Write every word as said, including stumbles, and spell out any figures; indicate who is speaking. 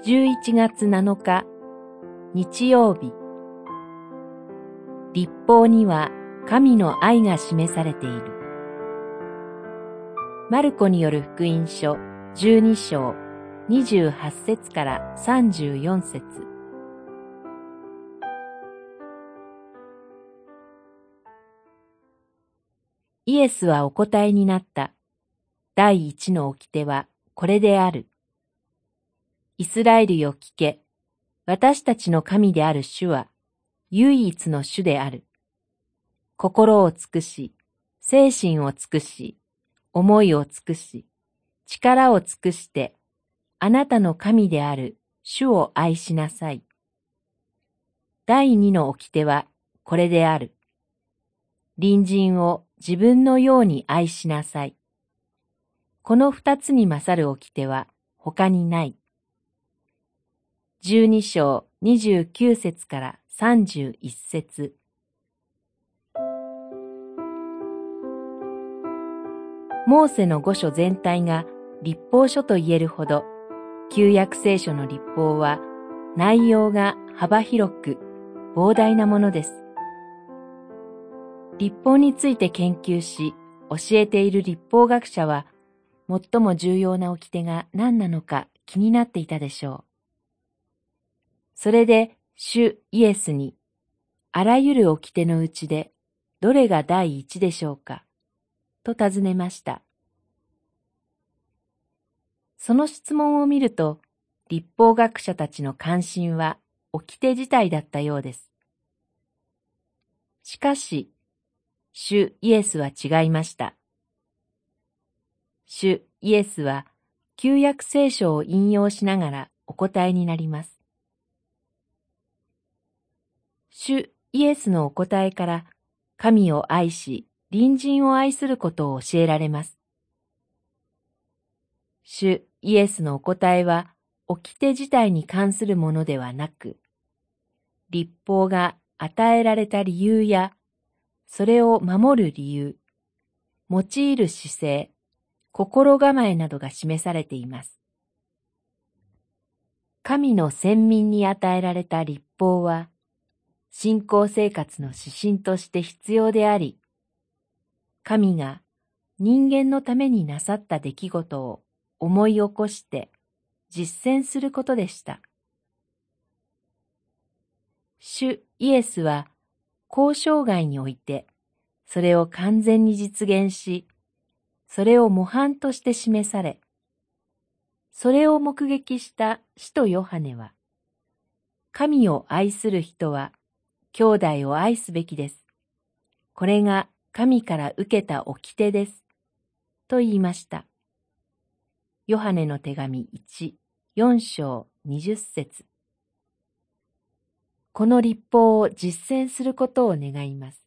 Speaker 1: じゅういちがつなのか、日曜日。律法には神の愛が示されている。マルコによる福音書じゅうに章にじゅうはち節からさんじゅうよん節。イエスはお答えになった。第一の掟はこれである。イスラエルよ聞け。私たちの神である主は唯一の主である。心を尽くし、精神を尽くし、思いを尽くし、力を尽くして、あなたの神である主を愛しなさい。第二の掟はこれである。隣人を自分のように愛しなさい。この二つに勝る掟は他にない。十二章二十九節から三十一節。モーセの五書全体が律法書と言えるほど、旧約聖書の律法は内容が幅広く膨大なものです。律法について研究し、教えている律法学者は、最も重要な掟が何なのか気になっていたでしょう。それで、主イエスに、あらゆる掟のうちで、どれが第一でしょうかと尋ねました。その質問を見ると、律法学者たちの関心は掟自体だったようです。しかし、主イエスは違いました。主イエスは旧約聖書を引用しながらお答えになります。主イエスのお答えから神を愛し隣人を愛することを教えられます。主イエスのお答えは掟自体に関するものではなく、律法が与えられた理由やそれを守る理由、用いる姿勢、心構えなどが示されています。神の選民に与えられた律法は、信仰生活の指針として必要であり、神が人間のためになさった出来事を思い起こして実践することでした。主イエスは交渉外において、それを完全に実現し、それを模範として示され、それを目撃した使徒ヨハネは、神を愛する人は兄弟を愛すべきです。これが神から受けた掟です。と言いました。ヨハネの手紙いち、よん章にじゅっ節。この律法を実践することを願います。